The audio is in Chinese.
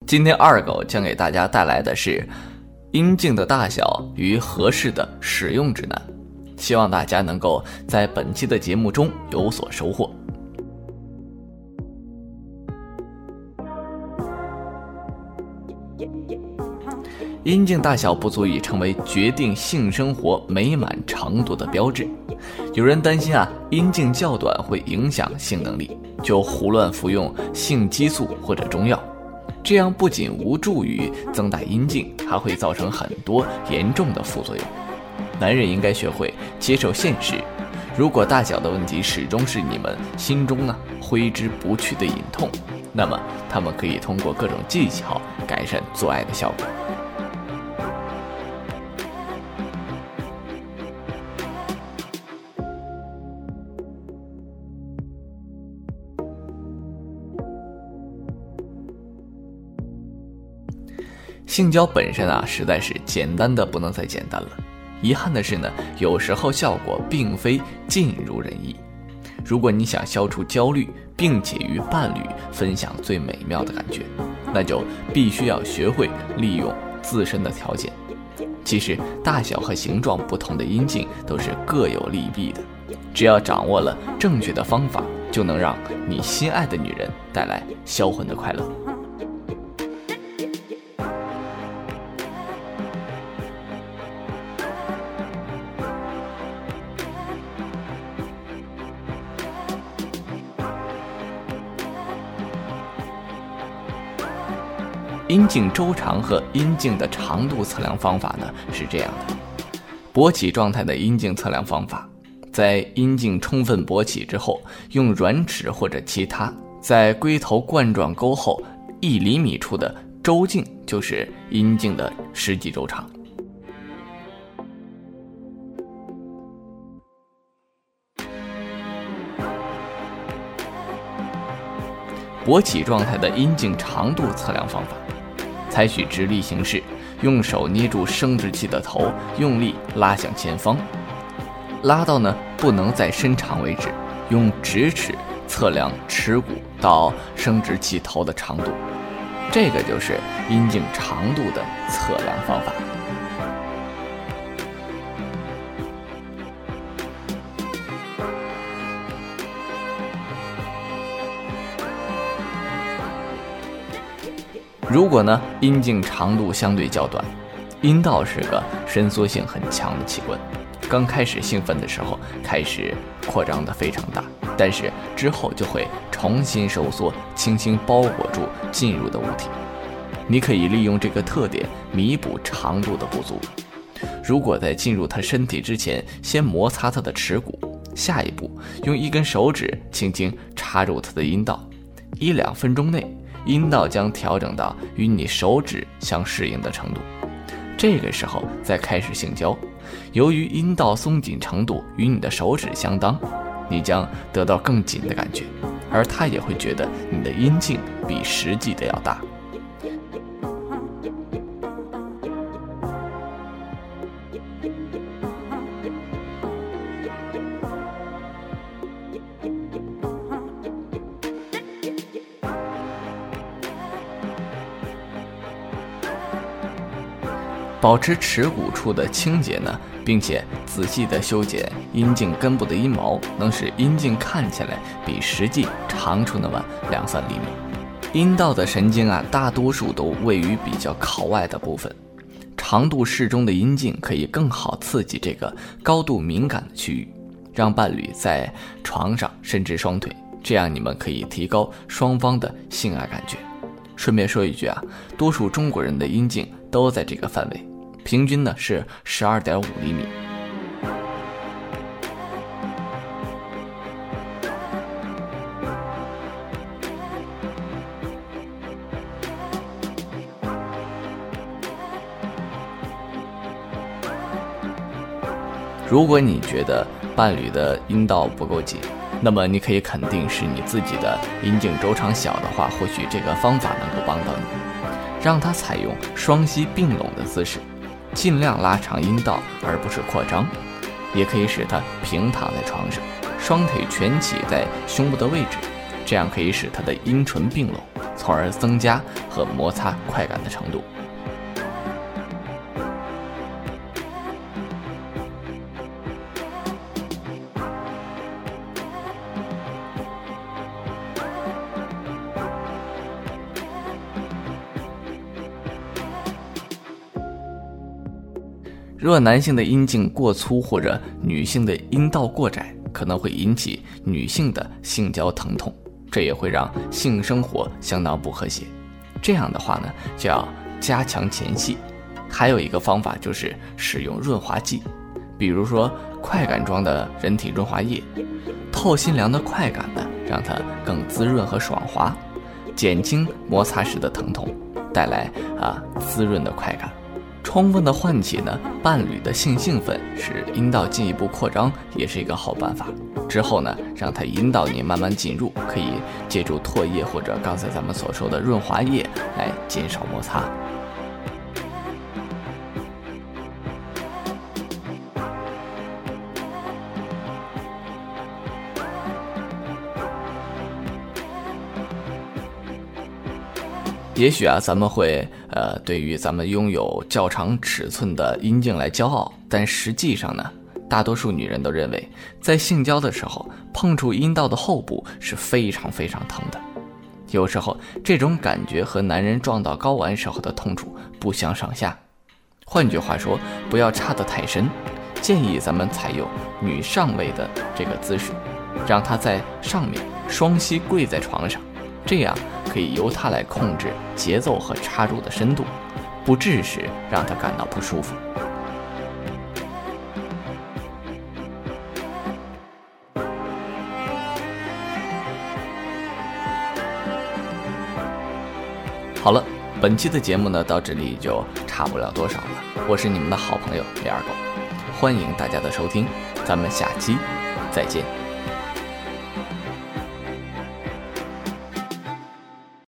今天二狗将给大家带来的是阴茎的大小与合适的使用指南，希望大家能够在本期的节目中有所收获。阴茎大小不足以成为决定性生活美满程度的标志。有人担心阴茎较短会影响性能力，就胡乱服用性激素或者中药，这样不仅无助于增大阴茎，还会造成很多严重的副作用。男人应该学会接受现实，如果大小的问题始终是你们心中挥之不去的隐痛，那么他们可以通过各种技巧改善做爱的效果。性交本身实在是简单的不能再简单了。遗憾的是有时候效果并非尽如人意。如果你想消除焦虑，并且与伴侣分享最美妙的感觉，那就必须要学会利用自身的条件。其实大小和形状不同的阴茎都是各有利弊的，只要掌握了正确的方法，就能让你心爱的女人带来销魂的快乐。阴茎周长和阴茎的长度测量方法是这样的。勃起状态的阴茎测量方法，在阴茎充分勃起之后，用软尺或者其他在龟头冠状沟后1厘米处的周径就是阴茎的实际周长。勃起状态的阴茎长度测量方法，采取直立形式，用手捏住生殖器的头，用力拉向前方，拉到不能再伸长为止，用直尺测量耻骨到生殖器头的长度，这个就是阴茎长度的测量方法。如果阴茎长度相对较短，阴道是个伸缩性很强的器官，刚开始兴奋的时候开始扩张得非常大，但是之后就会重新收缩，轻轻包裹住进入的物体。你可以利用这个特点弥补长度的不足。如果在进入他身体之前先摩擦他的耻骨，下一步用一根手指轻轻插入他的阴道，1-2分钟内阴道将调整到与你手指相适应的程度，这个时候再开始性交。由于阴道松紧程度与你的手指相当，你将得到更紧的感觉，而他也会觉得你的阴茎比实际的要大。保持耻骨处的清洁并且仔细地修剪阴茎根部的阴毛，能使阴茎看起来比实际长出那么2-3厘米。阴道的神经大多数都位于比较靠外的部分，长度适中的阴茎可以更好刺激这个高度敏感的区域，让伴侣在床上伸直双腿，这样你们可以提高双方的性爱感觉。顺便说一句多数中国人的阴茎都在这个范围，平均是12.5厘米。如果你觉得伴侣的阴道不够紧，那么你可以肯定是你自己的阴茎周长小的话，或许这个方法能够帮到你。让他采用双膝并拢的姿势，尽量拉长阴道而不是扩张，也可以使他平躺在床上，双腿蜷起在胸部的位置，这样可以使他的阴唇并拢。 从而增加和摩擦快感的程度。若男性的阴茎过粗或者女性的阴道过窄，可能会引起女性的性交疼痛，这也会让性生活相当不和谐。这样的话呢，就要加强前戏。还有一个方法就是使用润滑剂，比如说快感装的人体润滑液，透心凉的快感呢，让它更滋润和爽滑，减轻摩擦时的疼痛，带来滋润的快感。充分的唤起呢伴侣的性兴奋，使阴道进一步扩张，也是一个好办法。之后呢，让它引导你慢慢进入，可以借助唾液或者刚才咱们所说的润滑液来减少摩擦。也许咱们会对于咱们拥有较长尺寸的阴茎来骄傲，但实际上呢，大多数女人都认为在性交的时候碰触阴道的后部是非常非常疼的。有时候这种感觉和男人撞到睾丸时候的痛楚不相上下。换句话说，不要插得太深，建议咱们采用女上位的这个姿势，让她在上面双膝跪在床上，这样可以由它来控制节奏和插入的深度，不致使让它感到不舒服。好了，本期的节目呢，到这里就差不了多少了。我是你们的好朋友李二狗，欢迎大家的收听，咱们下期再见。